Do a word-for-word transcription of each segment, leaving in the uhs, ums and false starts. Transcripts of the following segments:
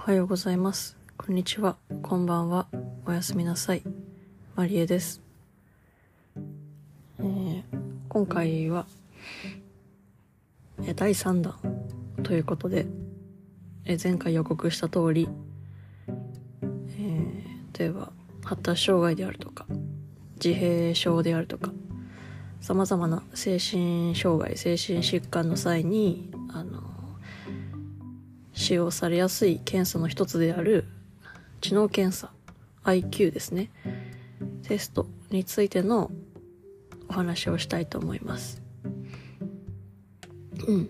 おはようございます。こんにちは。こんばんは。おやすみなさい。マリエです。えー、今回はだいさんだんということで、え前回予告した通り、えー、例えば発達障害であるとか自閉症であるとかさまざまな精神障害精神疾患の際にあの使用されやすい検査の一つである知能検査 アイキュー ですね、テストについてのお話をしたいと思います。うん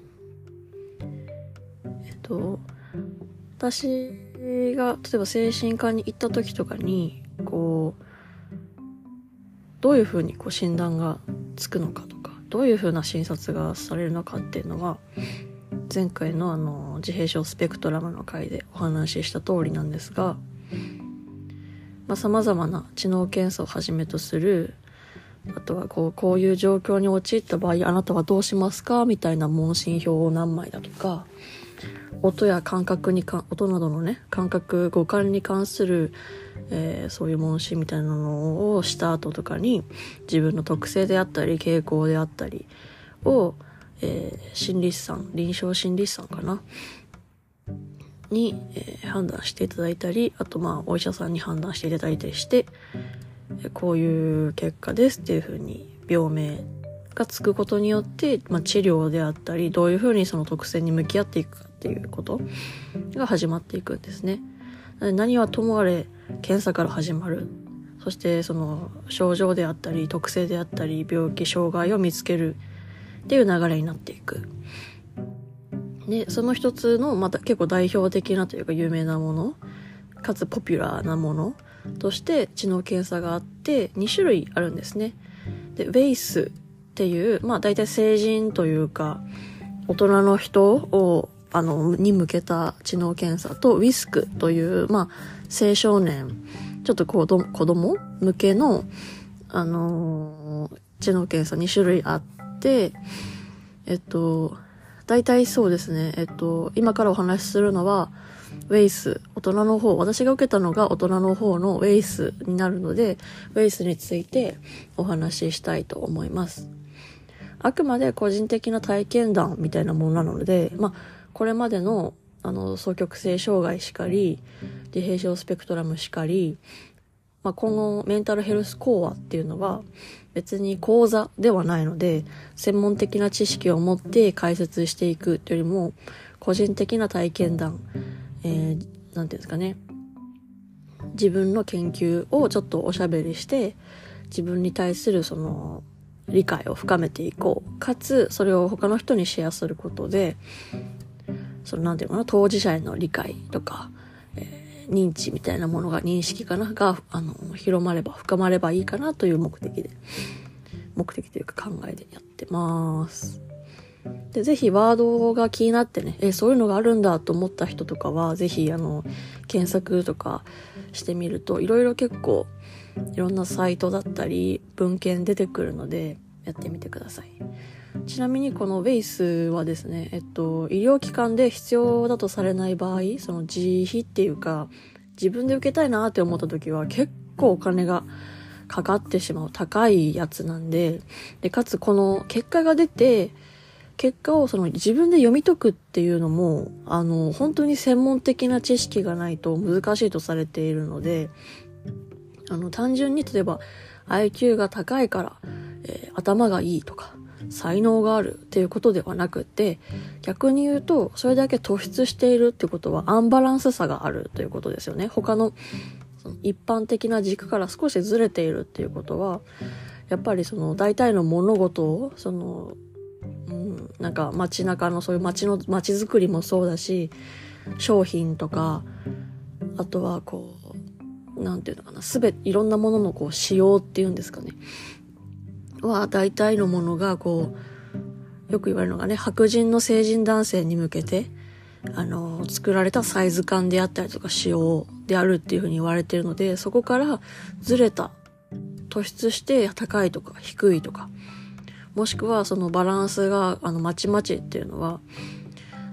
えっと私が例えば精神科に行った時とかにこうどういうふうにこう診断がつくのかとかどういうふうな診察がされるのかっていうのは前回のあの自閉症スペクトラムの回でお話しした通りなんですが、まあ、様々な知能検査をはじめとする、あとはこうこういう状況に陥った場合あなたはどうしますかみたいな問診票を何枚だとか、音や感覚にか音などのね感覚五感に関する、えー、そういう問診みたいなのをした後とかに自分の特性であったり傾向であったりを、えー、心理師さん臨床心理師さんかなに、えー、判断していただいたり、あとまあお医者さんに判断していただいたりして、えー、こういう結果ですっていう風に病名がつくことによって、まあ、治療であったりどういう風にその特性に向き合っていくかっていうことが始まっていくんですね。何はともあれ検査から始まる。そしてその症状であったり特性であったり病気障害を見つけるっていう流れになっていく。でその一つのまた結構代表的なというか有名なものかつポピュラーなものとして知能検査があってに種類あるんですね。でウェイスっていうまあ大体成人というか大人の人をあのに向けた知能検査とウィスクというまあ青少年ちょっと子供子供向けのあのー、知能検査に種類あってえっと大体そうですねえっと今からお話しするのはウェイス大人の方私が受けたのが大人の方のウェイスになるのでウェイスについてお話ししたいと思います。あくまで個人的な体験談みたいなものなので、まあ、これまでの、あの、双極性障害しかり、自閉症スペクトラムしかり、まあ、このメンタルヘルス講話っていうのは別に講座ではないので、専門的な知識を持って解説していくというよりも、個人的な体験談、えー、なんていうんですかね、自分の研究をちょっとおしゃべりして、自分に対するその、理解を深めていこうかつそれを他の人にシェアすることでそのなんていうのかな当事者への理解とか、えー、認知みたいなものが認識かながあの広まれば深まればいいかなという目的で目的というか考えでやってます。でぜひワードが気になってねえそういうのがあるんだと思った人とかはぜひあの検索とかしてみるといろいろ結構いろんなサイトだったり文献出てくるのでやってみてください。ちなみにこのウェイスはですね、えっと、医療機関で必要だとされない場合その自費っていうか自分で受けたいなって思った時は結構お金がかかってしまう高いやつなんで、でかつこの結果が出て結果をその自分で読み解くっていうのもあの本当に専門的な知識がないと難しいとされているのであの単純に例えば アイキュー が高いから、えー、頭がいいとか才能があるっていうことではなくて逆に言うとそれだけ突出しているってことはアンバランスさがあるということですよね。他の、その一般的な軸から少しずれているっていうことはやっぱりその大体の物事をその、うん、なんか街中のそういう街の街づくりもそうだし商品とかあとはこうなんていうのかな、すべていろんなもののこう仕様っていうんですかねは大体のものがこうよく言われるのがね白人の成人男性に向けてあの作られたサイズ感であったりとか仕様であるっていうふうに言われているのでそこからずれた突出して高いとか低いとかもしくはそのバランスがあのまちまちっていうのは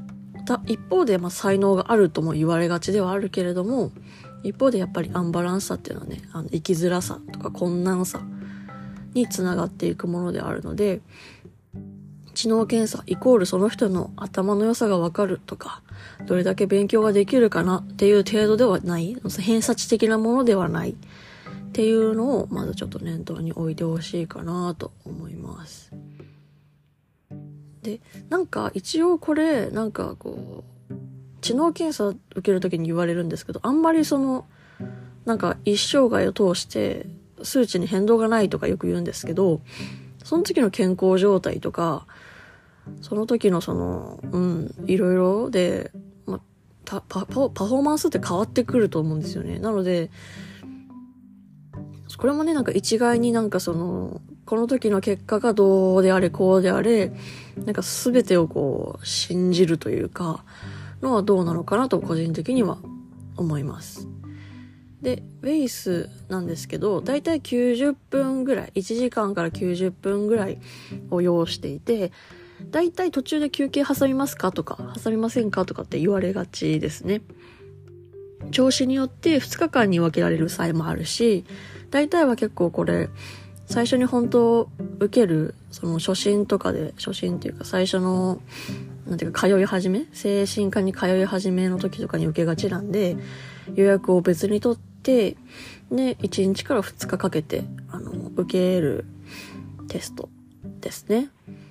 た一方でまあ才能があるとも言われがちではあるけれども、一方でやっぱりアンバランスさっていうのはね、あの生きづらさとか困難さにつながっていくものであるので、知能検査イコールその人の頭の良さがわかるとか、どれだけ勉強ができるかなっていう程度ではない、偏差値的なものではないっていうのをまずちょっと念頭に置いてほしいかなと思います。で、なんか一応これなんかこう知能検査受けるときに言われるんですけど、あんまりそのなんか一生涯を通して数値に変動がないとかよく言うんですけど、その時の健康状態とかその時のそのうんいろいろで、ま、パ, パ, パフォーマンスって変わってくると思うんですよね。なのでこれもね、なんか一概になんかそのこの時の結果がどうであれこうであれ、なんか全てをこう信じるというかのはどうなのかなと個人的には思います。で、ウェイスなんですけど、だいたいきゅうじゅっぷんぐらい、いちじかんからきゅうじゅっぷんぐらいを要していて、だいたい途中で休憩挟みますかとか挟みませんかとかって言われがちですね。調子によってふつかかんに分けられる際もあるし、だいたいは結構これ最初に本当受けるその初診とかで、初診っていうか最初のなんていうか通い始め、精神科に通い始めの時とかに受けがちなんで、予約を別に取ってでいちにちからふつかかけてあの受けるテストですね。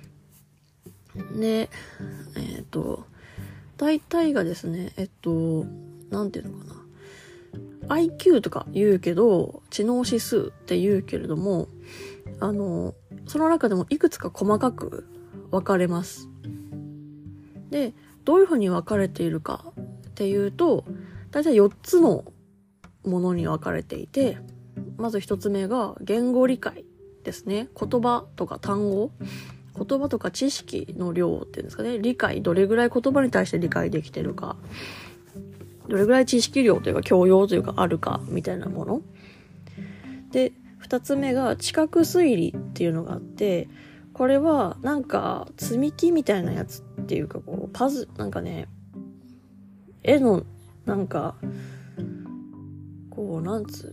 で、えっと大体がですね、えっとなんていうのかな、アイキュー とか言うけど知能指数って言うけれども、あのその中でもいくつか細かく分かれます。で、どういうふうに分かれているかっていうと、だいたいよっつのものに分かれていて、まずひとつめが言語理解ですね。言葉とか単語、言葉とか知識の量っていうんですかね、理解、どれぐらい言葉に対して理解できてるか、どれぐらい知識量というか教養というかあるかみたいなもので、ふたつめが知覚推理っていうのがあって、これはなんか積み木みたいなやつっていうか、こうパズなんかね、絵のなんかこうなんつ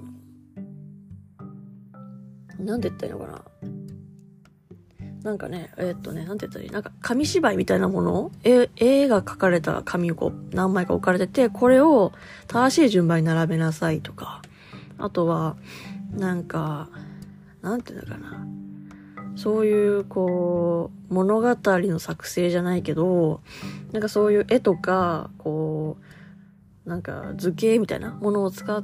うの、なんて言ったらいいのかな、なんかね、えー、っとね、なんて言ったらいい、なんか紙芝居みたいなもの、絵、絵が描かれた紙をこう何枚か置かれてて、これを正しい順番に並べなさいとか、あとはなんかなんていうのかな、そういうこう物語の作成じゃないけど、なんかそういう絵とかこうなんか図形みたいなものを使って、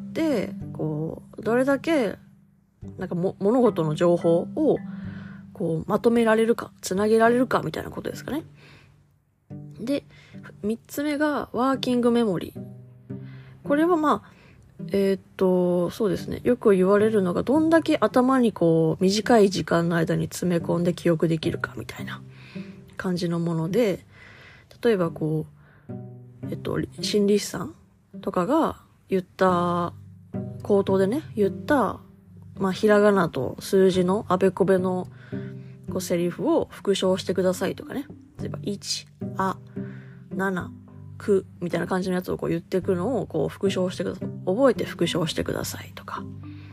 こうどれだけなんかも物事の情報をこうまとめられるか、つなげられるかみたいなことですかね。で、みっつめがワーキングメモリー。これはまあえー、っとそうですね、よく言われるのが、どんだけ頭にこう短い時間の間に詰め込んで記憶できるかみたいな感じのもので、例えばこうえっと心理師さんとかが言った口頭でね言ったまあひらがなと数字のあべこべのこうセリフを復唱してくださいとかね、例えばいちあななくみたいな感じのやつをこう言っていくのをこう復唱してください、覚えて復唱してくださいとか、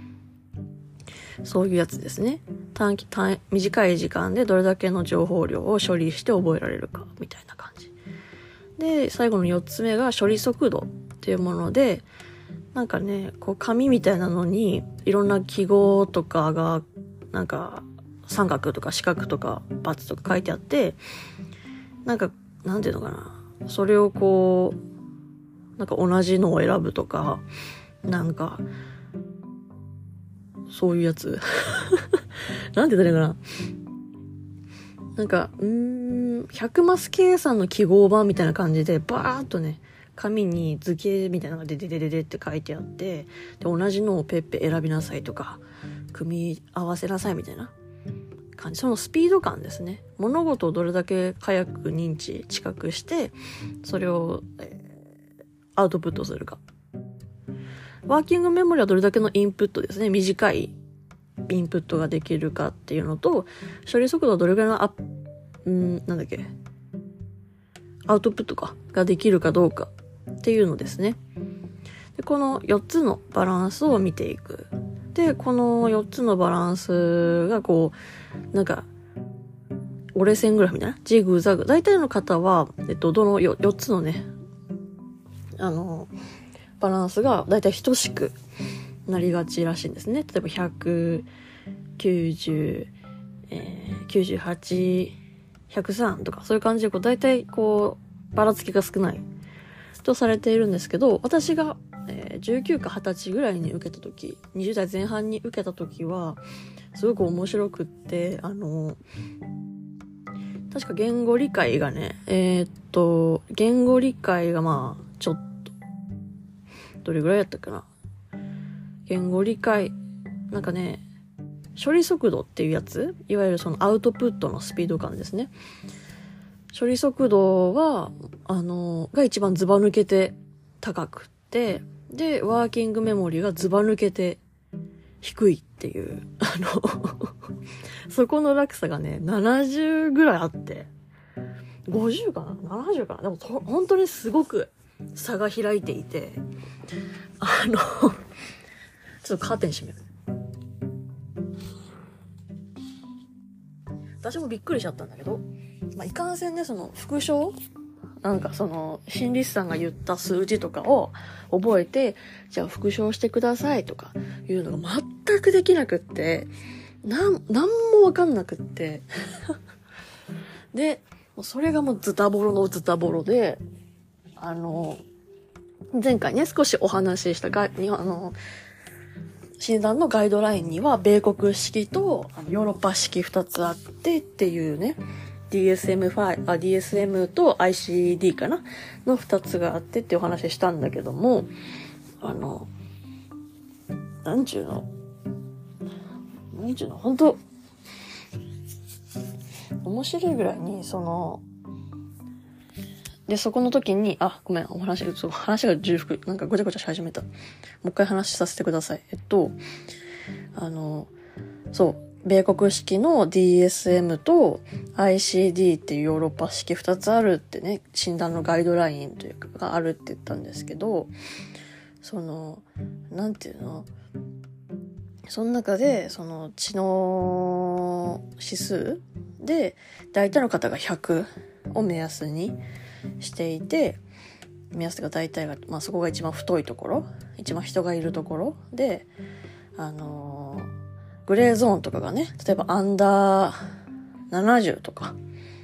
そういうやつですね。短期短短い時間でどれだけの情報量を処理して覚えられるかみたいな感じで、最後のよっつめが処理速度っていうもので、なんかねこう紙みたいなのにいろんな記号とかがなんか三角とか四角とかバツとか書いてあって、なんかなんていうのかな、それをこうなんか同じのを選ぶとか、なんかそういうやつなんて言ったらいいかな、なんかうーんひゃくマス計算の記号版みたいな感じでバーっとね紙に図形みたいなのがデデデデデって書いてあって、で同じのをペッペ選びなさいとか組み合わせなさいみたいな感じ、そのスピード感ですね。物事をどれだけ早く認知知覚してそれを、えー、アウトプットするか。ワーキングメモリはどれだけのインプットですね、短いインプットができるかっていうのと、処理速度はどれぐらいのアップんーなんだっけアウトプットかができるかどうかっていうのですね。でこのよっつのバランスを見ていく。でこのよっつのバランスがこうなんか折れ線グラフみたいなジグザグ、大体の方はえっとどの 4, よっつのねあのバランスが大体等しくなりがちらしいんですね。例えばひゃくきゅうじゅう、えー、きゅうじゅうはち、ひゃくさんとかそういう感じでこう大体こうばらつきが少ないとされているんですけど、私が、えー、じゅうきゅうかはたちぐらいに受けた時、にじゅうだいぜん半に受けた時はすごく面白くって、あの確か言語理解がねえー、っと言語理解がまあちょっとどれぐらいやったかな。言語理解なんかね処理速度っていうやつ、いわゆるそのアウトプットのスピード感ですね。処理速度はあのが一番ズバ抜けて高くって、でワーキングメモリがズバ抜けて低いっていうあのそこの落差がねななじゅうぐらいあって、ごじゅうかなななじゅうかな、でも本当にすごく差が開いていて、あのちょっとカーテン閉める。私もびっくりしちゃったんだけど、まあ、いかんせんねその復唱なんかその心理師さんが言った数字とかを覚えて、じゃあ復唱してくださいとかいうのが全くできなくって、なん、なんもわかんなくってでそれがもうズタボロのズタボロで、あの前回ね少しお話ししたがにあの診断のガイドラインには米国式とあのヨーロッパ式ふたつあってっていうね ディーエスエムファイブ あ ディーエスエム と アイシーディー かなのふたつがあってっていうお話したんだけども、あのなんちゅうのなんちゅうの本当面白いぐらいにそのでそこの時にあごめんお話そう話が重複なんかごちゃごちゃし始めた。もう一回話させてください。えっとあのそう米国式の ディーエスエム と アイシーディー っていうヨーロッパ式ふたつあるってね診断のガイドラインというかがあるって言ったんですけど、そのなんていうのその中でその知能指数で大体の方がひゃくを目安にしていて、目安が大体が、まあ、そこが一番太いところ一番人がいるところで、あのー、グレーゾーンとかがね例えばアンダーななじゅうとか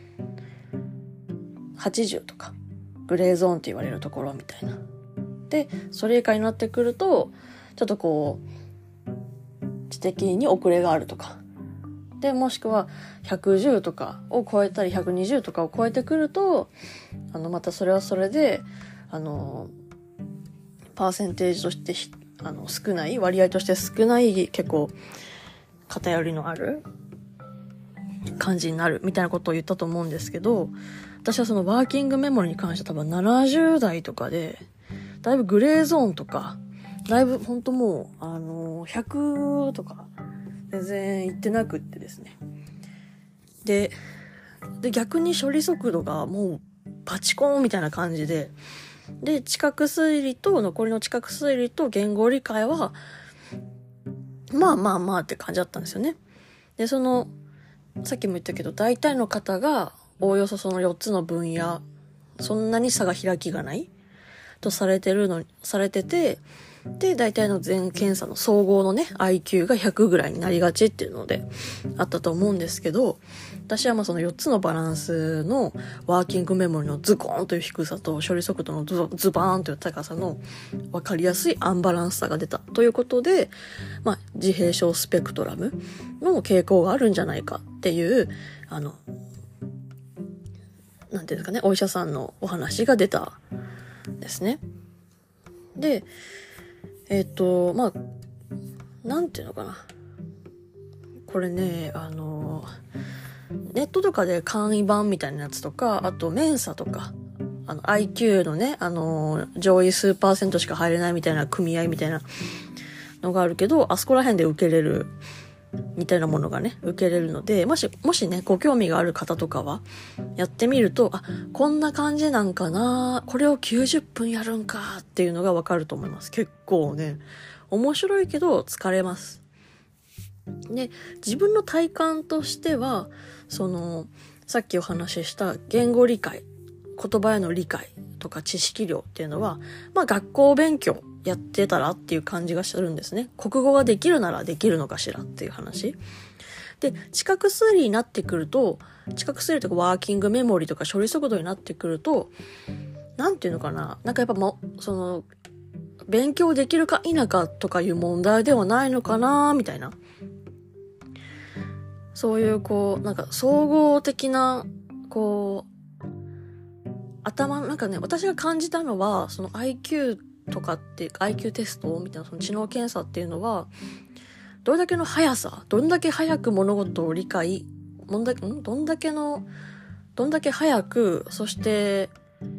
はちじゅうとかグレーゾーンって言われるところみたいなで、それ以下になってくるとちょっとこう知的に遅れがあるとかで、もしくはひゃくじゅうとかを超えたりひゃくにじゅうとかを超えてくるとあのまたそれはそれであのパーセンテージとしてあの少ない割合として少ない結構偏りのある感じになるみたいなことを言ったと思うんですけど、私はそのワーキングメモリに関しては多分ななじゅう代とかでだいぶグレーゾーンとかだいぶ本当もうあのひゃくとか全然行ってなくってですね。で、で逆に処理速度がもうパチコーンみたいな感じで、で知覚推理と残りの知覚推理と言語理解はまあまあまあって感じだったんですよね。でそのさっきも言ったけど大体の方がおおよそそのよっつの分野そんなに差が開きがないとされてるのされてて、で大体の全検査の総合のね アイキュー がひゃくぐらいになりがちっていうのであったと思うんですけど、私はまあそのよっつのバランスのワーキングメモリのズコーンという低さと処理速度の ズ, ズバーンという高さの分かりやすいアンバランスさが出たということで、まあ、自閉症スペクトラムの傾向があるんじゃないかっていうあのなんていうんですかね、お医者さんのお話が出たんですね。でえっと、まあ、なんていうのかな。これね、あの、ネットとかで簡易版みたいなやつとか、あとメンサとか、あの、アイキュー のね、あの、上位数パーセントしか入れないみたいな組合みたいなのがあるけど、あそこら辺で受けれるみたいなものがね、受けれるので、もし、もしね、ご興味がある方とかは、やってみると、あ、こんな感じなんかな、これをきゅうじゅっぷんやるんかっていうのがわかると思います。結構ね、面白いけど疲れます。で、自分の体感としては、その、さっきお話しした言語理解、言葉への理解とか知識量っていうのは、まあ学校勉強やってたらっていう感じがするんですね。国語ができるならできるのかしらっていう話。で、知覚推理になってくると、知覚推理とかワーキングメモリとか処理速度になってくると、なんていうのかな、なんかやっぱもう、その、勉強できるか否かとかいう問題ではないのかなみたいな。そういうこう、なんか総合的な、こう、頭の、なんかね、私が感じたのは、その アイキュー とかっていうか アイキュー テストみたいなその知能検査っていうのは、どれだけの速さ、どんだけ早く物事を理解、どんだけ、んどんだけの、どんだけ早く、そして、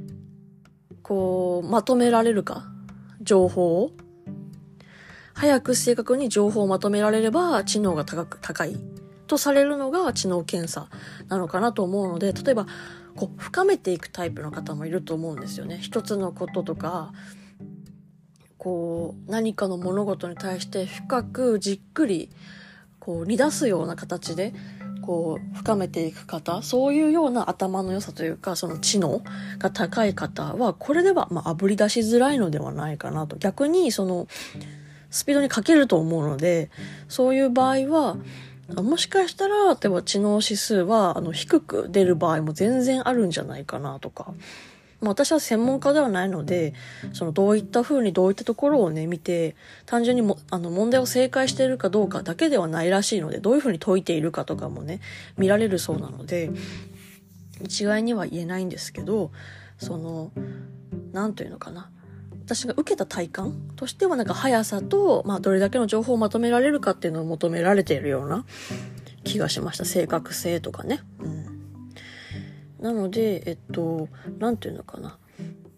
こう、まとめられるか、情報を。早く正確に情報をまとめられれば、知能が高く、高い。とされるのが知能検査なのかなと思うので、例えばこう深めていくタイプの方もいると思うんですよね。一つのこととかこう何かの物事に対して深くじっくりこう煮出すような形でこう深めていく方、そういうような頭の良さというかその知能が高い方はこれではまあ炙り出しづらいのではないかなと。逆にそのスピードに欠けると思うので、そういう場合はもしかしたら、例えば知能指数はあの低く出る場合も全然あるんじゃないかなとか。まあ、私は専門家ではないので、そのどういった風にどういったところをね、見て、単純にもあの問題を正解しているかどうかだけではないらしいので、どういう風に解いているかとかもね、見られるそうなので、一概には言えないんですけど、その、なんというのかな。私が受けた体感としてはなんか速さと、まあどれだけの情報をまとめられるかっていうのを求められているような気がしました。正確性とかね。うん、なので、えっと、なんていうのかな。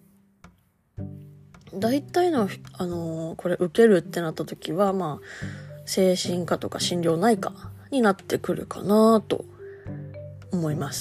大体の、あのー、これ受けるってなった時は、まあ、精神科とか心療内科になってくるかなと思います。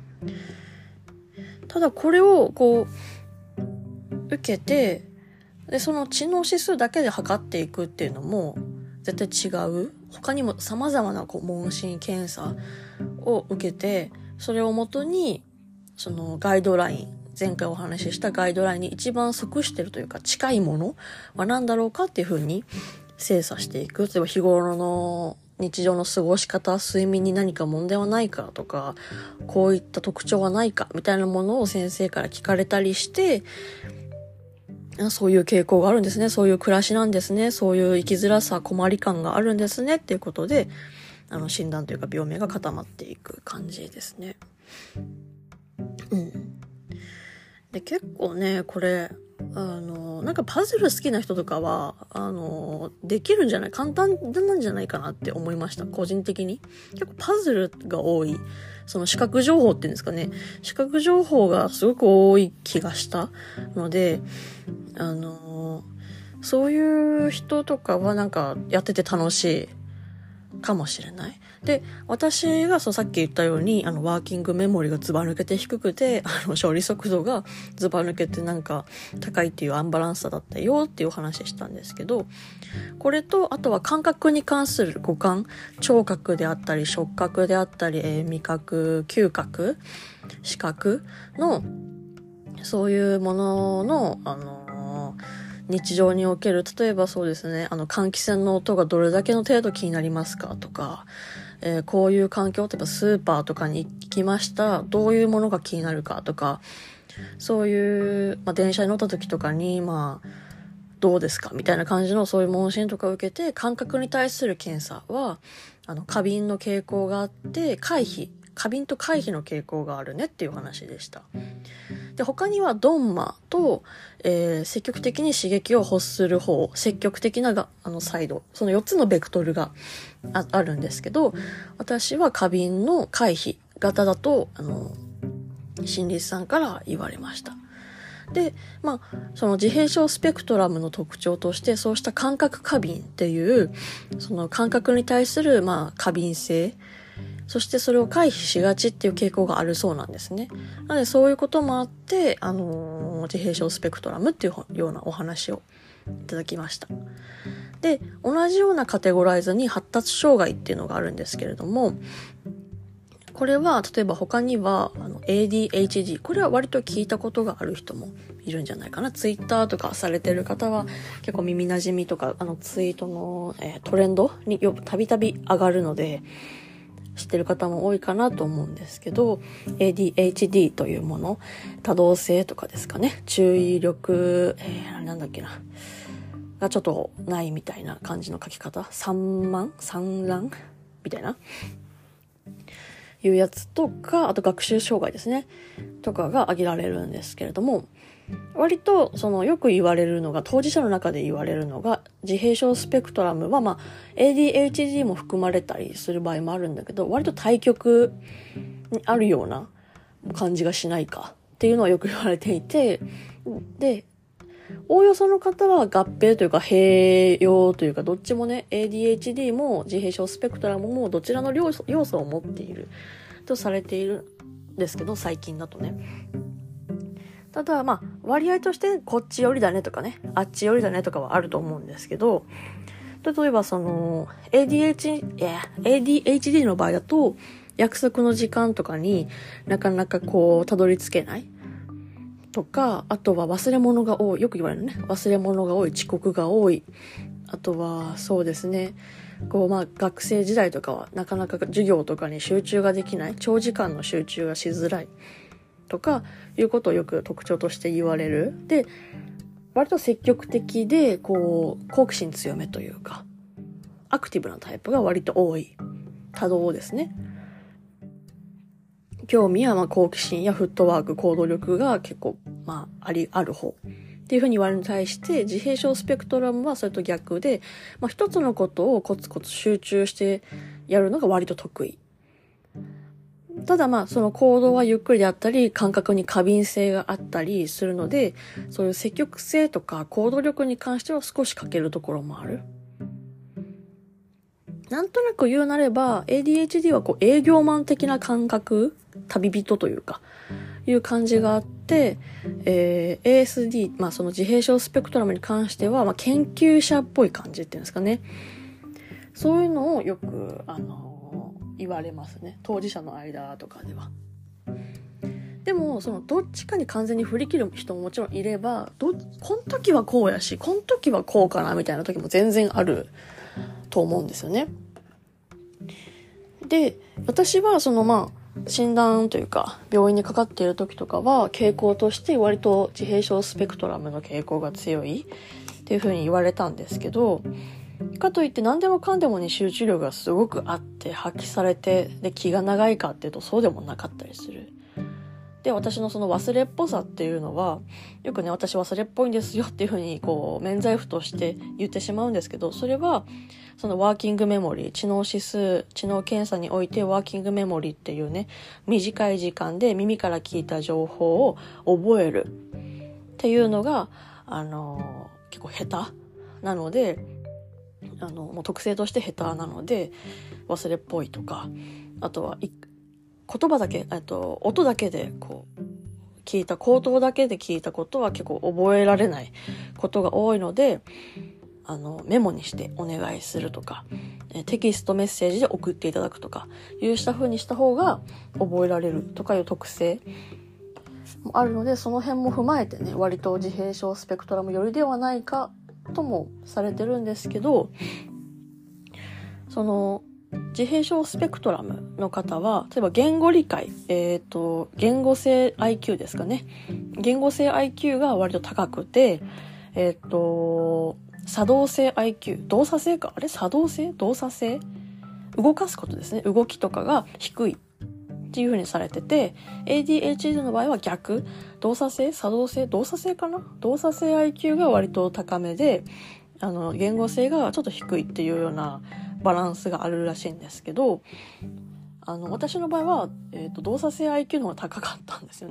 ただこれをこう、受けてでその知能指数だけで測っていくっていうのも絶対違う。他にも様々なこう問診検査を受けてそれをもとにそのガイドライン、前回お話ししたガイドラインに一番即してるというか近いものは何だろうかっていうふうに精査していく。例えば日頃の日常の過ごし方、睡眠に何か問題はないかとか、こういった特徴はないかみたいなものを先生から聞かれたりしてそういう傾向があるんですね。そういう暮らしなんですね。そういう生きづらさ、困り感があるんですね。っていうことで、あの、診断というか病名が固まっていく感じですね。うん。で、結構ね、これ、あの、なんかパズル好きな人とかは、あの、できるんじゃない、簡単なんじゃないかなって思いました。個人的に。結構パズルが多い。その視覚情報っていうんですかね。視覚情報がすごく多い気がしたので、あの、そういう人とかはなんかやってて楽しいかもしれない。で、私がそうさっき言ったように、あの、ワーキングメモリがズバ抜けて低くて、あの、処理速度がズバ抜けてなんか高いっていうアンバランスさだったよっていうお話したんですけど、これと、あとは感覚に関する五感、聴覚であったり、触覚であったり、えー、味覚、嗅覚、視覚の、そういうものの、あのー、日常における、例えばそうですね、あの、換気扇の音がどれだけの程度気になりますかとか、えー、こういう環境、例えばスーパーとかに行きました。どういうものが気になるかとか、そういう、まあ、電車に乗った時とかに、まあ、どうですかみたいな感じのそういう問診とかを受けて、感覚に対する検査は、あの、過敏の傾向があって、回避、過敏と回避の傾向があるねっていう話でした。で、他にはドンマと、えー、積極的に刺激を欲する方、積極的ながあのサイド、そのよっつのベクトルが あ, あるんですけど、私は過敏の回避型だと、あの、心理師さんから言われました。 で、まあ、その自閉症スペクトラムの特徴として、そうした感覚過敏っていう、その感覚に対する、まあ、過敏性、そしてそれを回避しがちっていう傾向があるそうなんですね。なのでそういうこともあって、あのー、自閉症スペクトラムっていうようなお話をいただきました。で、同じようなカテゴライズに発達障害っていうのがあるんですけれども、これは例えば他にはあの エーディーエイチディー、これは割と聞いたことがある人もいるんじゃないかな。ツイッターとかされてる方は結構耳馴染みとか、あのツイートの、えー、トレンドによくたびたび上がるので知ってる方も多いかなと思うんですけど、 エーディーエイチディー というもの、多動性とかですかね、注意力、えー、なんだっけながちょっとないみたいな感じの書き方、散漫散乱みたいないうやつとか、あと学習障害ですねとかが挙げられるんですけれども、割とそのよく言われるのが、当事者の中で言われるのが、自閉症スペクトラムはまあ エーディーエイチディー も含まれたりする場合もあるんだけど、割と対極にあるような感じがしないかっていうのはよく言われていて、でおおよその方は合併というか併用というか、どっちもね エーディーエイチディー も自閉症スペクトラムもどちらの要素、要素を持っているとされているんですけど、最近だとね。ただまあ割合としてこっち寄りだねとかね、あっち寄りだねとかはあると思うんですけど、例えばその エーディーエイチ、エーディーエイチディー の場合だと約束の時間とかになかなかこうたどり着けないとか、あとは忘れ物が多い、よく言われるね、忘れ物が多い、遅刻が多い、あとはそうですね、こうまあ学生時代とかはなかなか授業とかに集中ができない、長時間の集中がしづらいとかいうことをよく特徴として言われる。で、割と積極的でこう好奇心強めというかアクティブなタイプが割と多い、多動ですね。興味やまあ好奇心やフットワーク、行動力が結構まあありある方っていうふうに言われるに対して、自閉症スペクトラムはそれと逆で、まあ、一つのことをコツコツ集中してやるのが割と得意。ただまあその行動はゆっくりであったり、感覚に過敏性があったりするので、そういう積極性とか行動力に関しては少し欠けるところもある。なんとなく言うなれば エーディーエイチディー はこう営業マン的な感覚、旅人というかいう感じがあって、えー、エーエスディー、まあその自閉症スペクトラムに関しては、まあ、研究者っぽい感じっていうんですかね。そういうのをよくあのー、言われますね、当事者の間とかでは。でもそのどっちかに完全に振り切る人ももちろんいれば、どこの時はこうやしこの時はこうかなみたいな時も全然あると思うんですよね。で、私はそのまあ診断というか病院にかかっている時とかは傾向として割と自閉症スペクトラムの傾向が強いっていう風に言われたんですけど、かといって何でもかんでもに集中力がすごくあって発揮されて、で気が長いかっていうとそうでもなかったりする。で、私のその忘れっぽさっていうのはよくね、私忘れっぽいんですよっていう風にこう免罪符として言ってしまうんですけど、それはそのワーキングメモリー、知能指数、知能検査においてワーキングメモリーっていうね、短い時間で耳から聞いた情報を覚えるっていうのがあの結構下手なので、あのもう特性として下手なので忘れっぽいとか、あとはい言葉だけ、えっと音だけでこう聞いた、口頭だけで聞いたことは結構覚えられないことが多いので、あのメモにしてお願いするとか、テキストメッセージで送っていただくとかいうした風にした方が覚えられるとかいう特性もあるので、その辺も踏まえてね、割と自閉症スペクトラム寄りではないかともされてるんですけど、その自閉症スペクトラムの方は例えば言語理解、えっと言語性 アイキュー ですかね、言語性 アイキュー が割と高くて、えっと作動性 アイキュー、動作性か、あれ作動性動作性動かすことですね、動きとかが低いっていう風にされてて、 エーディーエイチディー の場合は逆、動作性作動性動作性かな、動作性 アイキュー が割と高めで、あの言語性がちょっと低いっていうようなバランスがあるらしいんですけど、あの私の場合は、えーと、動作性 アイキュー の方が高かったんですよね。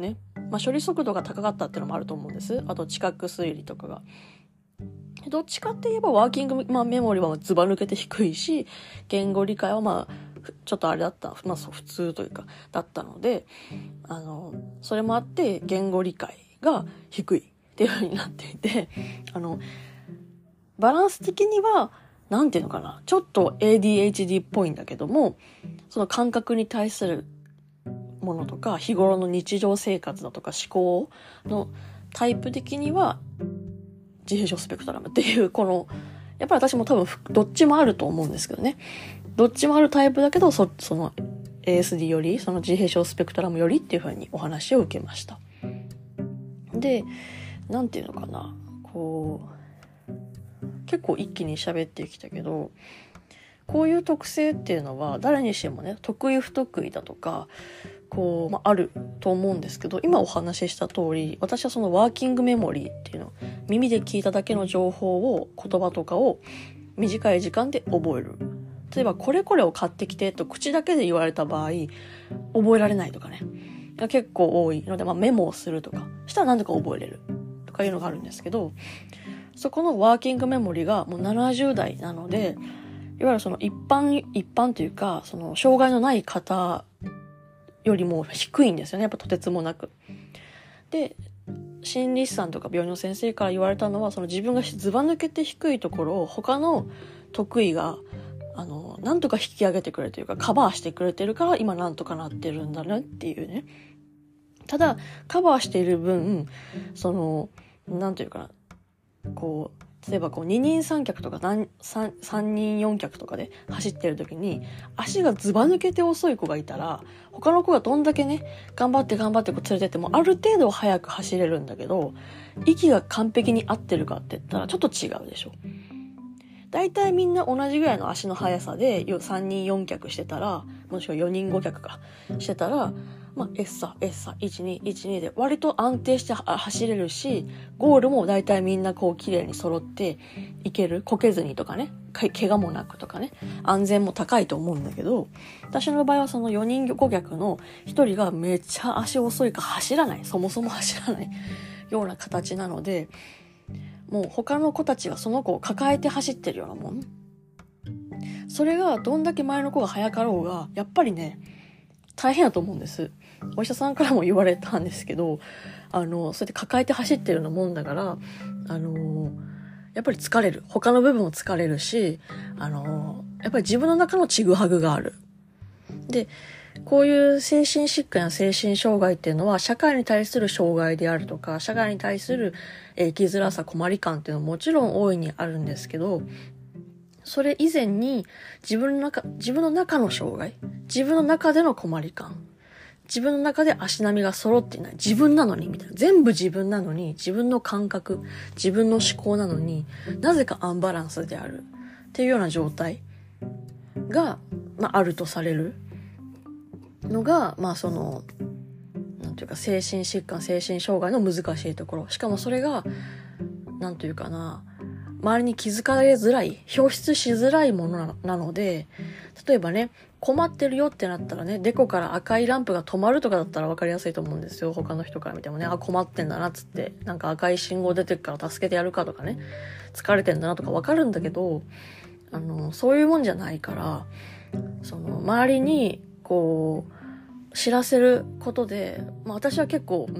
まあ、処理速度が高かったっていうのもあると思うんです。あと知覚推理とかが。どっちかって言えばワーキング、まあ、メモリはズバ抜けて低いし、言語理解はまあ、ちょっとあれだった、まあ普通というか、だったので、あの、それもあって言語理解が低いっていう風になっていて、あの、バランス的には、なんていうのかな、ちょっと エーディーエイチディー っぽいんだけども、その感覚に対するものとか、日頃の日常生活だとか思考のタイプ的には、自閉症スペクトラムっていう、この、やっぱり私も多分どっちもあると思うんですけどね。どっちもあるタイプだけど、そ、その エーエスディー より、その自閉症スペクトラムよりっていう風にお話を受けました。で、なんていうのかな、こう、結構一気に喋ってきたけど、こういう特性っていうのは誰にしてもね、得意不得意だとか、こう、まあ、あると思うんですけど、今お話しした通り、私はそのワーキングメモリーっていうの、耳で聞いただけの情報を、言葉とかを短い時間で覚える。例えば、これこれを買ってきてと口だけで言われた場合、覚えられないとかね。が結構多いので、まあ、メモをするとか、したら何とか覚えれるとかいうのがあるんですけど、そこのワーキングメモリーがもうななじゅう代なので、いわゆるその一般、一般というか、その障害のない方よりも低いんですよね。やっぱとてつもなく。で、心理師さんとか病院の先生から言われたのは、その自分がずば抜けて低いところを他の得意が、あの、なんとか引き上げてくれるというか、カバーしてくれてるから今なんとかなってるんだねっていうね。ただ、カバーしている分、その、なんていうかな、こう、例えばこう二人三脚とか三三人四脚とかで走ってる時に足がズバ抜けて遅い子がいたら他の子がどんだけね頑張って頑張ってこう連れてってもある程度速く走れるんだけど息が完璧に合ってるかって言ったらちょっと違うでしょ。だいたいみんな同じぐらいの足の速さで三人四脚してたらもしくは四人五脚かしてたらまあ、エッサ、エッサ、いち、に、いち、にで割と安定して走れるし、ゴールも大体みんなこう綺麗に揃っていける。こけずにとかね、怪我もなくとかね、安全も高いと思うんだけど、私の場合はそのよにんご脚のひとりがめっちゃ足遅いから走らない。そもそも走らないような形なので、もう他の子たちがその子を抱えて走ってるようなもん。それがどんだけ前の子が早かろうが、やっぱりね、大変だと思うんです。お医者さんからも言われたんですけど、あの、そうやって抱えて走ってるようなもんだから、あの、やっぱり疲れる。他の部分も疲れるし、あの、やっぱり自分の中のちぐはぐがある。で、こういう精神疾患や精神障害っていうのは、社会に対する障害であるとか、社会に対する生きづらさ、困り感っていうのはもちろん大いにあるんですけど、それ以前に自分の中、自分の中の障害、自分の中での困り感、自分の中で足並みが揃っていない、自分なのにみたいな、全部自分なのに、自分の感覚、自分の思考なのになぜかアンバランスであるっていうような状態が、まあ、あるとされるのが、まあそのなんていうか精神疾患、精神障害の難しいところ。しかもそれがなんというかな、周りに気づかれづらい、表出しづらいものなので、例えばね、困ってるよってなったらね、デコから赤いランプが止まるとかだったら分かりやすいと思うんですよ。他の人から見てもね、あ、困ってんだなっつって、なんか赤い信号出てるから助けてやるかとかね、疲れてんだなとか分かるんだけど、あの、そういうもんじゃないから、その、周りに、こう、知らせることで、まあ私は結構、うん、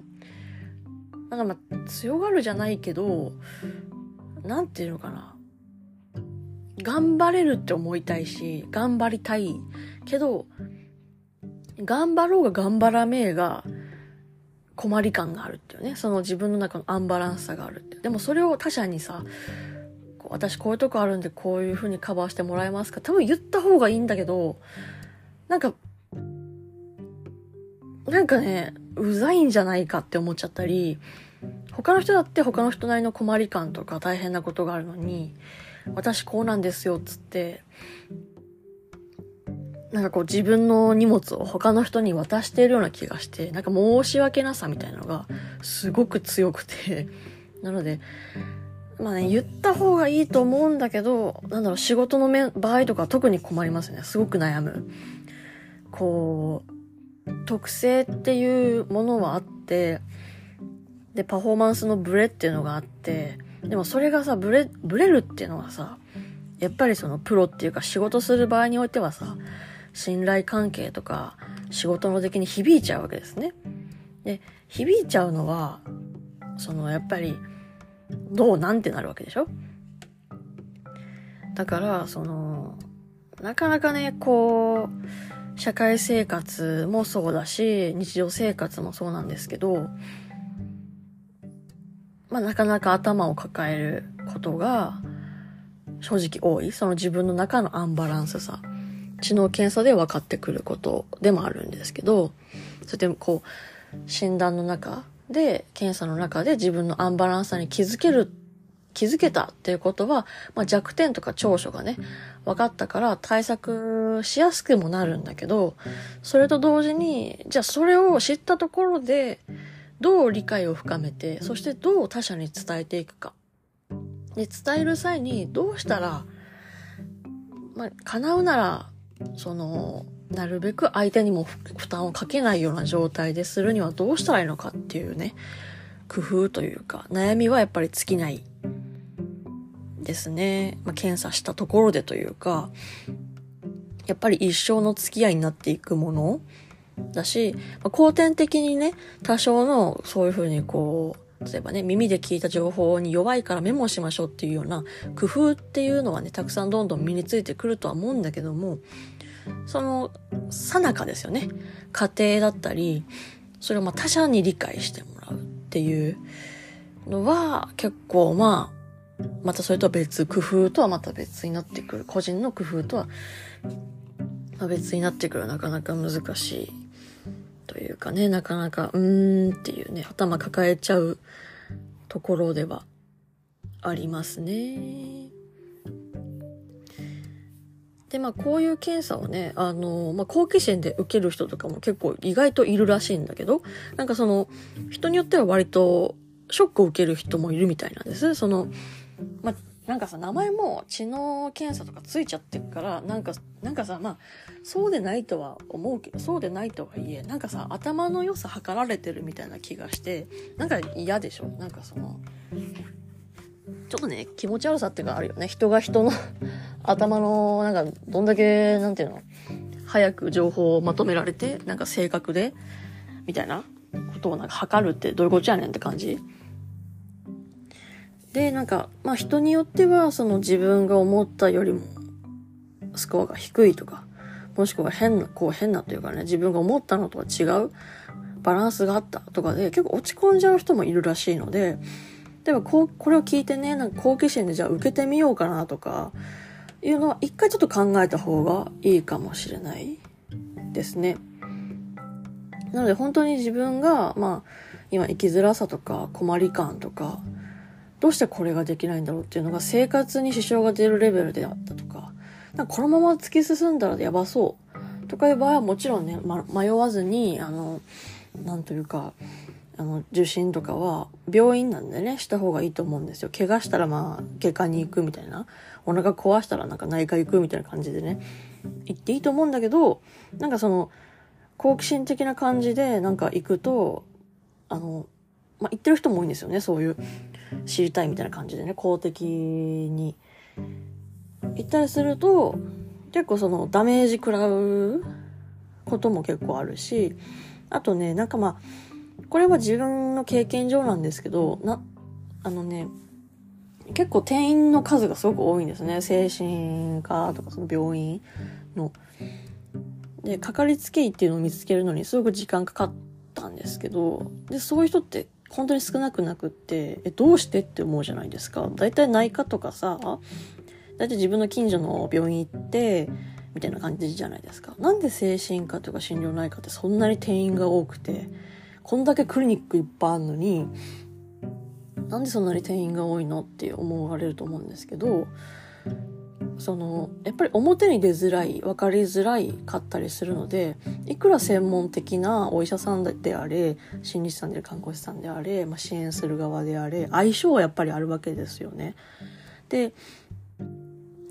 なんかまあ強がるじゃないけど、なんていうのかな。頑張れるって思いたいし、頑張りたいけど、頑張ろうが頑張らめえが困り感があるっていうね。その自分の中のアンバランスさがあるって。でもそれを他者にさ、こう私こういうとこあるんでこういう風にカバーしてもらえますか？多分言った方がいいんだけど、なんか、なんかね、うざいんじゃないかって思っちゃったり、他の人だって他の人なりの困り感とか大変なことがあるのに、私こうなんですよっつって、なんかこう自分の荷物を他の人に渡しているような気がして、なんか申し訳なさみたいなのがすごく強くて、なので、まあね、言った方がいいと思うんだけど、なんだろう、仕事の場合とか特に困りますね。すごく悩む。こう、 特性っていうものはあって、で、パフォーマンスのブレっていうのがあって、でもそれがさ、ブレ、ブレるっていうのはさ、やっぱりそのプロっていうか仕事する場合においてはさ、信頼関係とか仕事の出来に響いちゃうわけですね。で、響いちゃうのは、そのやっぱり、どうなんてなるわけでしょ？だから、その、なかなかね、こう、社会生活もそうだし、日常生活もそうなんですけど、まあなかなか頭を抱えることが正直多い。その自分の中のアンバランスさ。知能検査で分かってくることでもあるんですけど、それでこう、診断の中で、検査の中で自分のアンバランスさに気づける、気づけたっていうことは、まあ、弱点とか長所がね、分かったから対策しやすくもなるんだけど、それと同時に、じゃあそれを知ったところで、どう理解を深めて、そしてどう他者に伝えていくか。で、伝える際にどうしたら、まあ、叶うなら、その、なるべく相手にも負担をかけないような状態でするにはどうしたらいいのかっていうね、工夫というか、悩みはやっぱり尽きないですね。まあ、検査したところでというか、やっぱり一生の付き合いになっていくものだし、まあ、後天的にね、多少のそういうふうにこう、例えばね、耳で聞いた情報に弱いからメモしましょうっていうような工夫っていうのはね、たくさんどんどん身についてくるとは思うんだけども、その最中ですよね。家庭だったり、それをまあ他者に理解してもらうっていうのは結構まあ、またそれとは別、工夫とはまた別になってくる。個人の工夫とは別になってくる。なかなか難しい。というかね、なかなかうーんっていうね、頭抱えちゃうところではありますね。で、まあこういう検査をね、あの、まあ好奇心で受ける人とかも結構意外といるらしいんだけど、なんかその、人によっては割とショックを受ける人もいるみたいなんです。その、まあなんかさ、名前も知能検査とかついちゃってるから、なんか、なんかさ、まあ、そうでないとは思うけど、そうでないとはいえ、なんかさ、頭の良さ測られてるみたいな気がして、なんか嫌でしょ？なんかその、ちょっとね、気持ち悪さっていうかあるよね。人が人の頭の、なんか、どんだけ、なんていうの、早く情報をまとめられて、なんか正確で、みたいなことをなんか測るってどういうことやねんって感じ。で、なんか、まあ人によっては、その自分が思ったよりも、スコアが低いとか、もしくは変な、こう変なというかね、自分が思ったのとは違うバランスがあったとかで、結構落ち込んじゃう人もいるらしいので、例えばこう、これを聞いてね、なんか好奇心でじゃあ受けてみようかなとか、いうのは一回ちょっと考えた方がいいかもしれないですね。なので本当に自分が、まあ、今生きづらさとか困り感とか、どうしてこれができないんだろうっていうのが生活に支障が出るレベルであったとか、なんかこのまま突き進んだらやばそうとかいう場合はもちろんね、ま、迷わずに、あの、なんというか、あの、受診とかは病院なんでね、した方がいいと思うんですよ。怪我したらまあ、外科に行くみたいな。お腹壊したらなんか内科行くみたいな感じでね、行っていいと思うんだけど、なんかその、好奇心的な感じでなんか行くと、あの、まあ、行ってる人も多いんですよね、そういう。知りたいみたいな感じでね、公的に行ったりすると結構そのダメージ食らうことも結構あるし、あとね、なんかまあこれは自分の経験上なんですけど、なあのね結構定員の数がすごく多いんですね。精神科とかその病院ので、かかりつけ医っていうのを見つけるのにすごく時間かかったんですけど、でそういう人って本当に少なくなくって、え、どうしてって思うじゃないですか。だいたい内科とかさ、だいたい自分の近所の病院行って、みたいな感じじゃないですか。なんで精神科とか心療内科ってそんなに定員が多くて、こんだけクリニックいっぱいあるのに、なんでそんなに定員が多いのって思われると思うんですけど、そのやっぱり表に出づらい、分かりづらいかったりするので、いくら専門的なお医者さんであれ、心理師さんであれ、看護師さんであれ、まあ、支援する側であれ、相性はやっぱりあるわけですよね。で、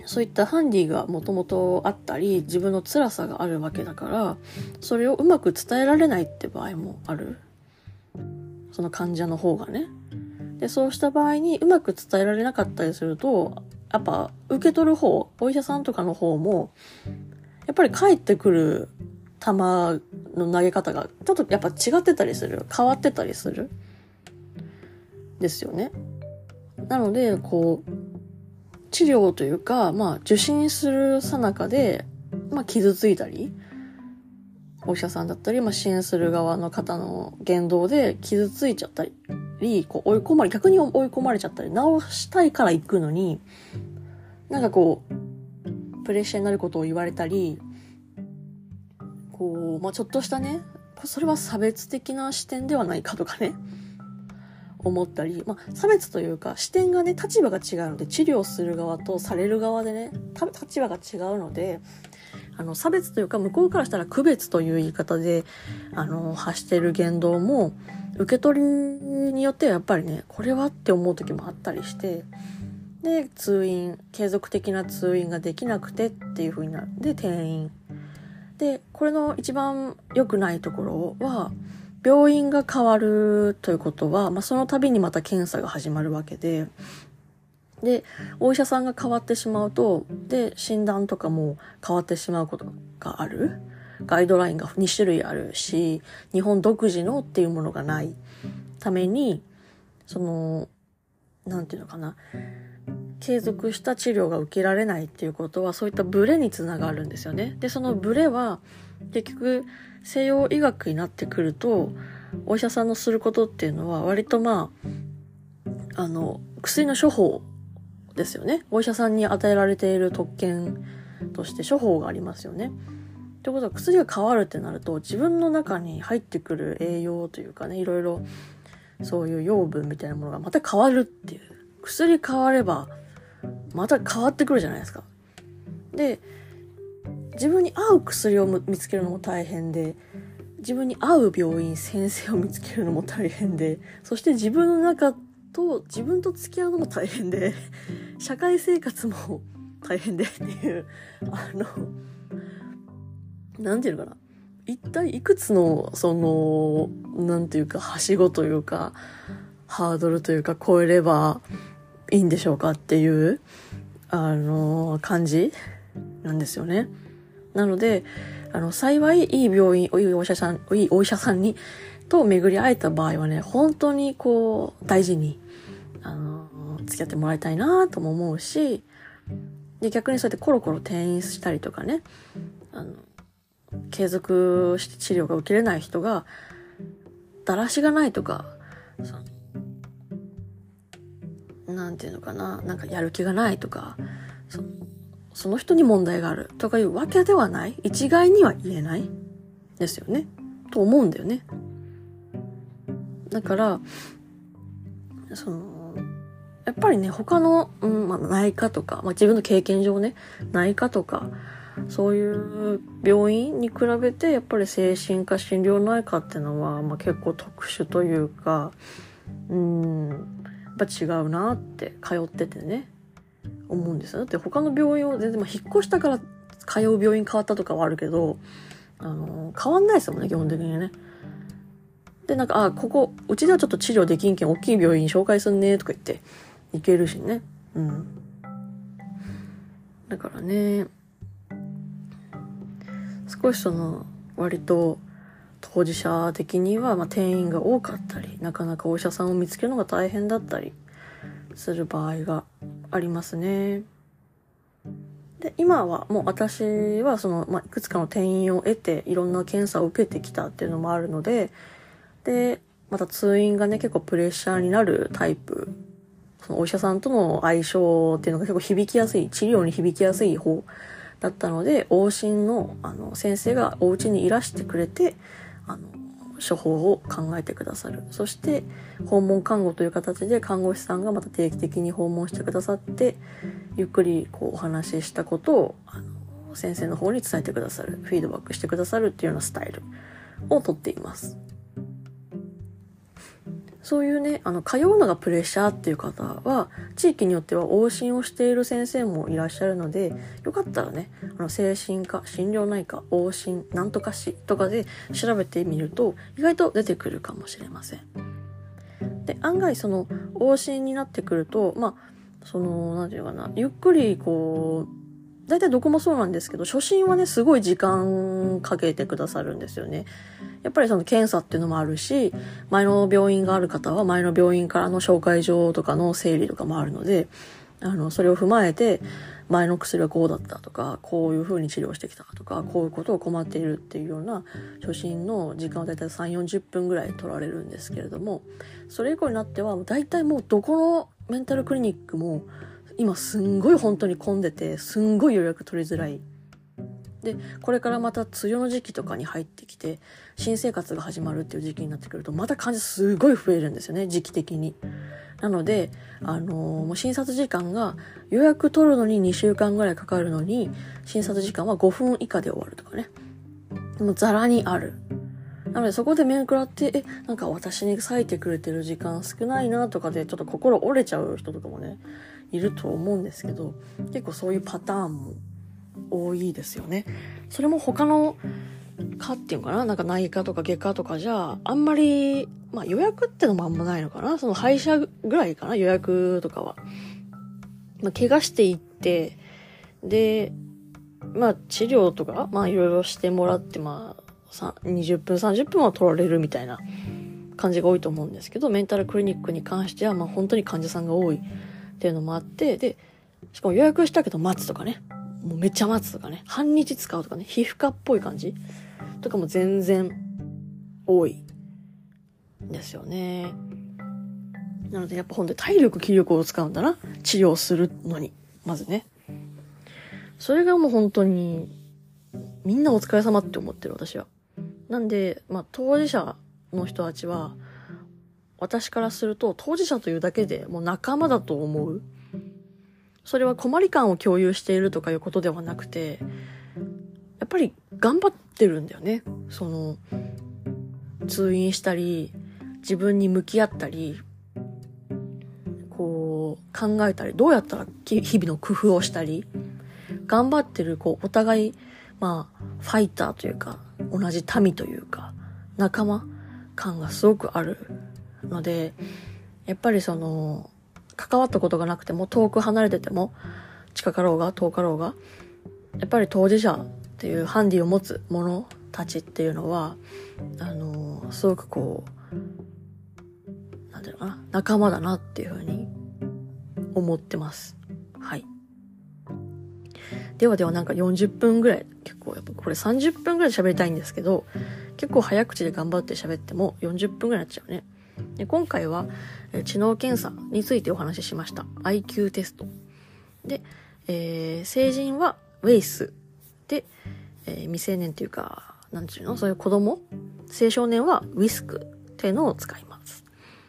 そういったハンディがもともとあったり、自分の辛さがあるわけだから、それをうまく伝えられないって場合もある。その患者の方がね。で、そうした場合にうまく伝えられなかったりすると、やっぱ受け取る方、お医者さんとかの方も、やっぱり返ってくる球の投げ方がちょっとやっぱ違ってたりする。変わってたりする。ですよね。なので、こう、治療というか、まあ、受診する最中で、まあ、傷ついたり、お医者さんだったり、まあ、支援する側の方の言動で傷ついちゃったり、こう追い込まれ、逆に追い込まれちゃったり、治したいから行くのに、なんかこう、プレッシャーになることを言われたり、こう、まあ、ちょっとしたね、それは差別的な視点ではないかとかね、思ったり、まあ、差別というか視点がね、立場が違うので、治療する側とされる側でね、立場が違うので、あの、差別というか、向こうからしたら区別という言い方で、あの、発している言動も、受け取りによってはやっぱりね、これはって思う時もあったりして、で、通院、継続的な通院ができなくてっていう風になる。で、転院。で、これの一番良くないところは、病院が変わるということは、まあ、その度にまた検査が始まるわけで、で、お医者さんが変わってしまうと、で、診断とかも変わってしまうことがある。ガイドラインがに種類あるし、日本独自のっていうものがないために、その、なんていうのかな、継続した治療が受けられないっていうことは、そういったブレにつながるんですよね。で、そのブレは、結局、西洋医学になってくると、お医者さんのすることっていうのは、割とまあ、あの、薬の処方ですよね。お医者さんに与えられている特権として処方がありますよね。ということは、薬が変わるってなると、自分の中に入ってくる栄養というかね、いろいろ、そういう養分みたいなものがまた変わるっていう。薬変われば、また変わってくるじゃないですか。で、自分に合う薬を見つけるのも大変で、自分に合う病院、先生を見つけるのも大変で、そして自分の中と、自分と付き合うのも大変で、社会生活も大変でっていう、あの、なんていうのかな。一体いくつの、その、なんていうか、はしごというか、ハードルというか、超えればいいんでしょうかっていう、あの、感じなんですよね。なので、あの、幸い、いい病院、いいお医者さん、いいお医者さんに、と巡り会えた場合はね、本当にこう、大事に、あの、付き合ってもらいたいなとも思うし、で、逆にそうやってコロコロ転院したりとかね、あの、継続して治療が受けれない人が、だらしがないとか、そのなんていうのかな、なんかやる気がないとか、そのその人に問題があるとかいうわけではない。一概には言えないですよね。と思うんだよね。だから、その、やっぱりね、他の、うん、まあ、内科とか、まあ、自分の経験上ね、内科とか、そういう病院に比べて、やっぱり精神科診療内科っていうのは、まあ、結構特殊というか、うん、やっぱ違うなって通っててね。思うんですよ。だって他の病院を全然、まあ、引っ越したから通う病院変わったとかはあるけど、あのー、変わんないですもんね、基本的にね。で、なんか、あ、ここ、うちではちょっと治療できんけん、大きい病院紹介すんね、とか言って、行けるしね。うん。だからね、少しその、割と、当事者的には、まあ、転院が多かったり、なかなかお医者さんを見つけるのが大変だったりする場合がありますね。で、今はもう私はその、まあ、いくつかの転院を得て、いろんな検査を受けてきたっていうのもあるので、で、また通院がね、結構プレッシャーになるタイプ。そのお医者さんとの相性っていうのが結構響きやすい、治療に響きやすい方だったので、往診の、あの、先生がお家にいらしてくれて、あの、処方を考えてくださる。そして、訪問看護という形で看護師さんがまた定期的に訪問してくださって、ゆっくりこうお話ししたことを、あの、先生の方に伝えてくださる。フィードバックしてくださるっていうようなスタイルをとっています。 そういうね、あの、通うのがプレッシャーっていう方は、地域によっては往診をしている先生もいらっしゃるので、よかったらね、あの、精神科、心療内科、往診、なんとかしとかで調べてみると、意外と出てくるかもしれません。で、案外その、往診になってくると、まあ、その、なんていうかな、ゆっくりこう、大体どこもそうなんですけど、初診はね、すごい時間かけてくださるんですよね。やっぱりその検査っていうのもあるし、前の病院がある方は前の病院からの紹介状とかの整理とかもあるので、あの、それを踏まえて、前の薬はこうだったとか、こういう風に治療してきたとか、こういうことを困っているっていうような初診の時間はだいたいさんじゅう、よんじゅっぷんぐらい取られるんですけれども、それ以降になっては、だいたいもうどこのメンタルクリニックも、今すんごい本当に混んでて、すんごい予約取りづらい。で、これからまた梅雨の時期とかに入ってきて、新生活が始まるっていう時期になってくると、また患者すごい増えるんですよね、時期的に。なので、あのー、もう診察時間が予約取るのににしゅうかんぐらいかかるのに、診察時間はごふん以下で終わるとかね。もうザラにある。なのでそこで面食らって、え、なんか私に割いてくれてる時間少ないなとかでちょっと心折れちゃう人とかもね、いると思うんですけど、結構そういうパターンも多いですよね。それも他の科っていうのかな、なんか内科とか外科とかじゃあんまり、まあ予約ってのもあんまないのかな、その歯医者ぐらいかな、予約とかは。まあ怪我していって、で、まあ治療とか、まあいろいろしてもらって、まあにじゅっぷんさんじゅっぷんは取られるみたいな感じが多いと思うんですけど、メンタルクリニックに関してはまあ本当に患者さんが多いっていうのもあって、で、しかも予約したけど待つとかね、もうめっちゃ待つとかね、半日使うとかね、皮膚科っぽい感じとかも全然多いですよね。なのでやっぱほんと体力気力を使うんだな、治療するのに、まずね。それがもう本当にみんなお疲れ様って思ってる、私は。なんで、まあ当事者の人たちは、私からすると当事者というだけでもう仲間だと思う。それは困り感を共有しているとかいうことではなくて、やっぱり頑張ってるんだよね。その、通院したり、自分に向き合ったり、こう、考えたり、どうやったら日々の工夫をしたり、頑張ってる、こう、お互い、まあ、ファイターというか、同じ民というか、仲間感がすごくあるので、やっぱりその、関わったことがなくても、遠く離れてても、近かろうが遠かろうが、やっぱり当事者っていうハンディを持つ者たちっていうのは、あの、すごくこう、なんていうのかな、仲間だなっていうふうに思ってます。はい。ではではなんかよんじゅっぷんぐらい、結構やっぱこれさんじゅっぷんぐらい喋りたいんですけど、結構早口で頑張って喋ってもよんじゅっぷんぐらいになっちゃうね。で今回は、えー、知能検査についてお話ししました。アイキュー テスト。で、えー、成人はウェイス。で、えー、未成年っていうか、なんていうの、そういう子供、青少年はウィスクっていうのを使います。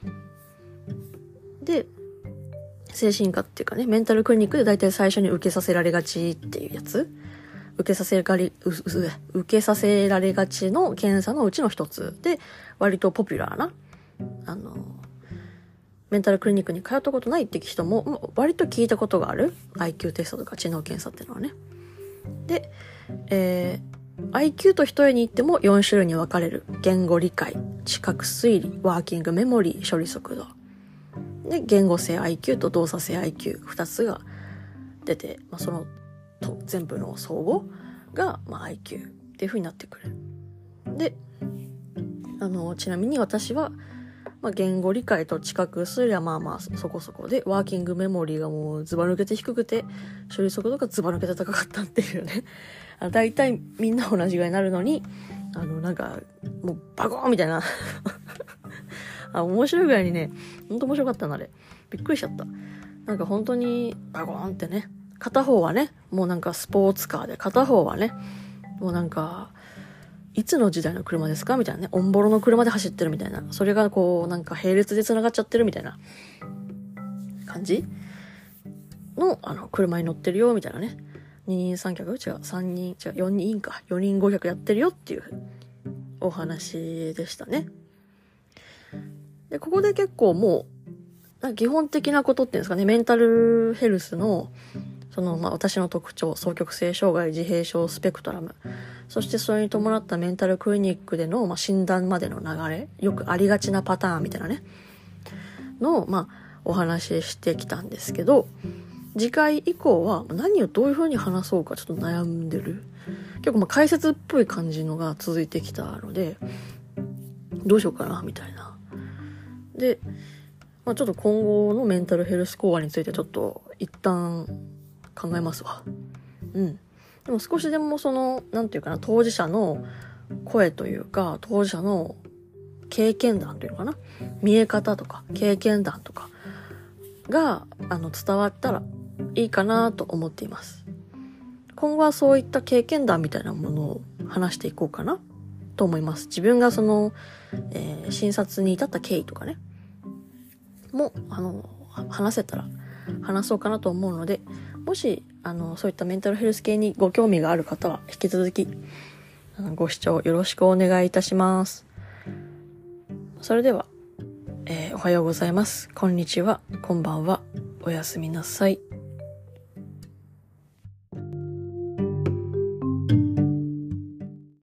で、精神科っていうかね、メンタルクリニックでだいたい最初に受けさせられがちっていうやつ、受けさせられ、う、う、受けさせられがちの検査のうちの一つで、割とポピュラーな、あの、メンタルクリニックに通ったことないって人も、割と聞いたことがある アイキュー テストとか知能検査っていうのはね。で、えー、アイキュー と一重に言ってもよん種類に分かれる。言語理解、知覚推理、ワーキングメモリー、処理速度。で、言語性 アイキュー と動作性 アイキュー、二つが出て、まあ、そのと全部の総合が、まあ、アイキュー っていう風になってくる。で、あの、ちなみに私は、まあ、言語理解と知覚推理はまあまあそこそこで、ワーキングメモリーがもうズバ抜けて低くて、処理速度がズバ抜けて高かったっていうね。だいたいみんな同じぐらいになるのに、あの、なんか、もうバコーンみたいな。あ、面白いぐらいにね、ほんと面白かったな、あれ。びっくりしちゃった。なんか本当にバコーンってね、片方はね、もうなんかスポーツカーで、片方はね、もうなんか、いつの時代の車ですかみたいなね、オンボロの車で走ってるみたいな。それがこう、なんか並列で繋がっちゃってるみたいな感じの、あの、車に乗ってるよ、みたいなね。二人三脚違う、三人、違う、四人か。四人五脚やってるよっていうお話でしたね。 で、ここで結構もう、なんか基本的なことっていうんですかね、メンタルヘルスの、その、まあ、私の特徴、双極性障害、自閉症スペクトラム、そしてそれに伴ったメンタルクリニックでの、まあ、診断までの流れ、よくありがちなパターンみたいなね、の、まあ、お話ししてきたんですけど、次回以降は何をどういう風に話そうかちょっと悩んでる。結構まあ解説っぽい感じのが続いてきたので、どうしようかな、みたいな。で、まあ、ちょっと今後のメンタルヘルス講話についてちょっと一旦考えますわ。うん。でも少しでもその、なんていうかな、当事者の声というか、当事者の経験談というのかな、見え方とか経験談とかがあの伝わったらいいかなと思っています。今後はそういった経験談みたいなものを話していこうかなと思います。自分がその、えー、診察に至った経緯とかね、もあの話せたら話そうかなと思うので、もしあのそういったメンタルヘルス系にご興味がある方は引き続きあのご視聴よろしくお願いいたします。それでは、えー、おはようございます。こんにちは。こんばんは。おやすみなさい。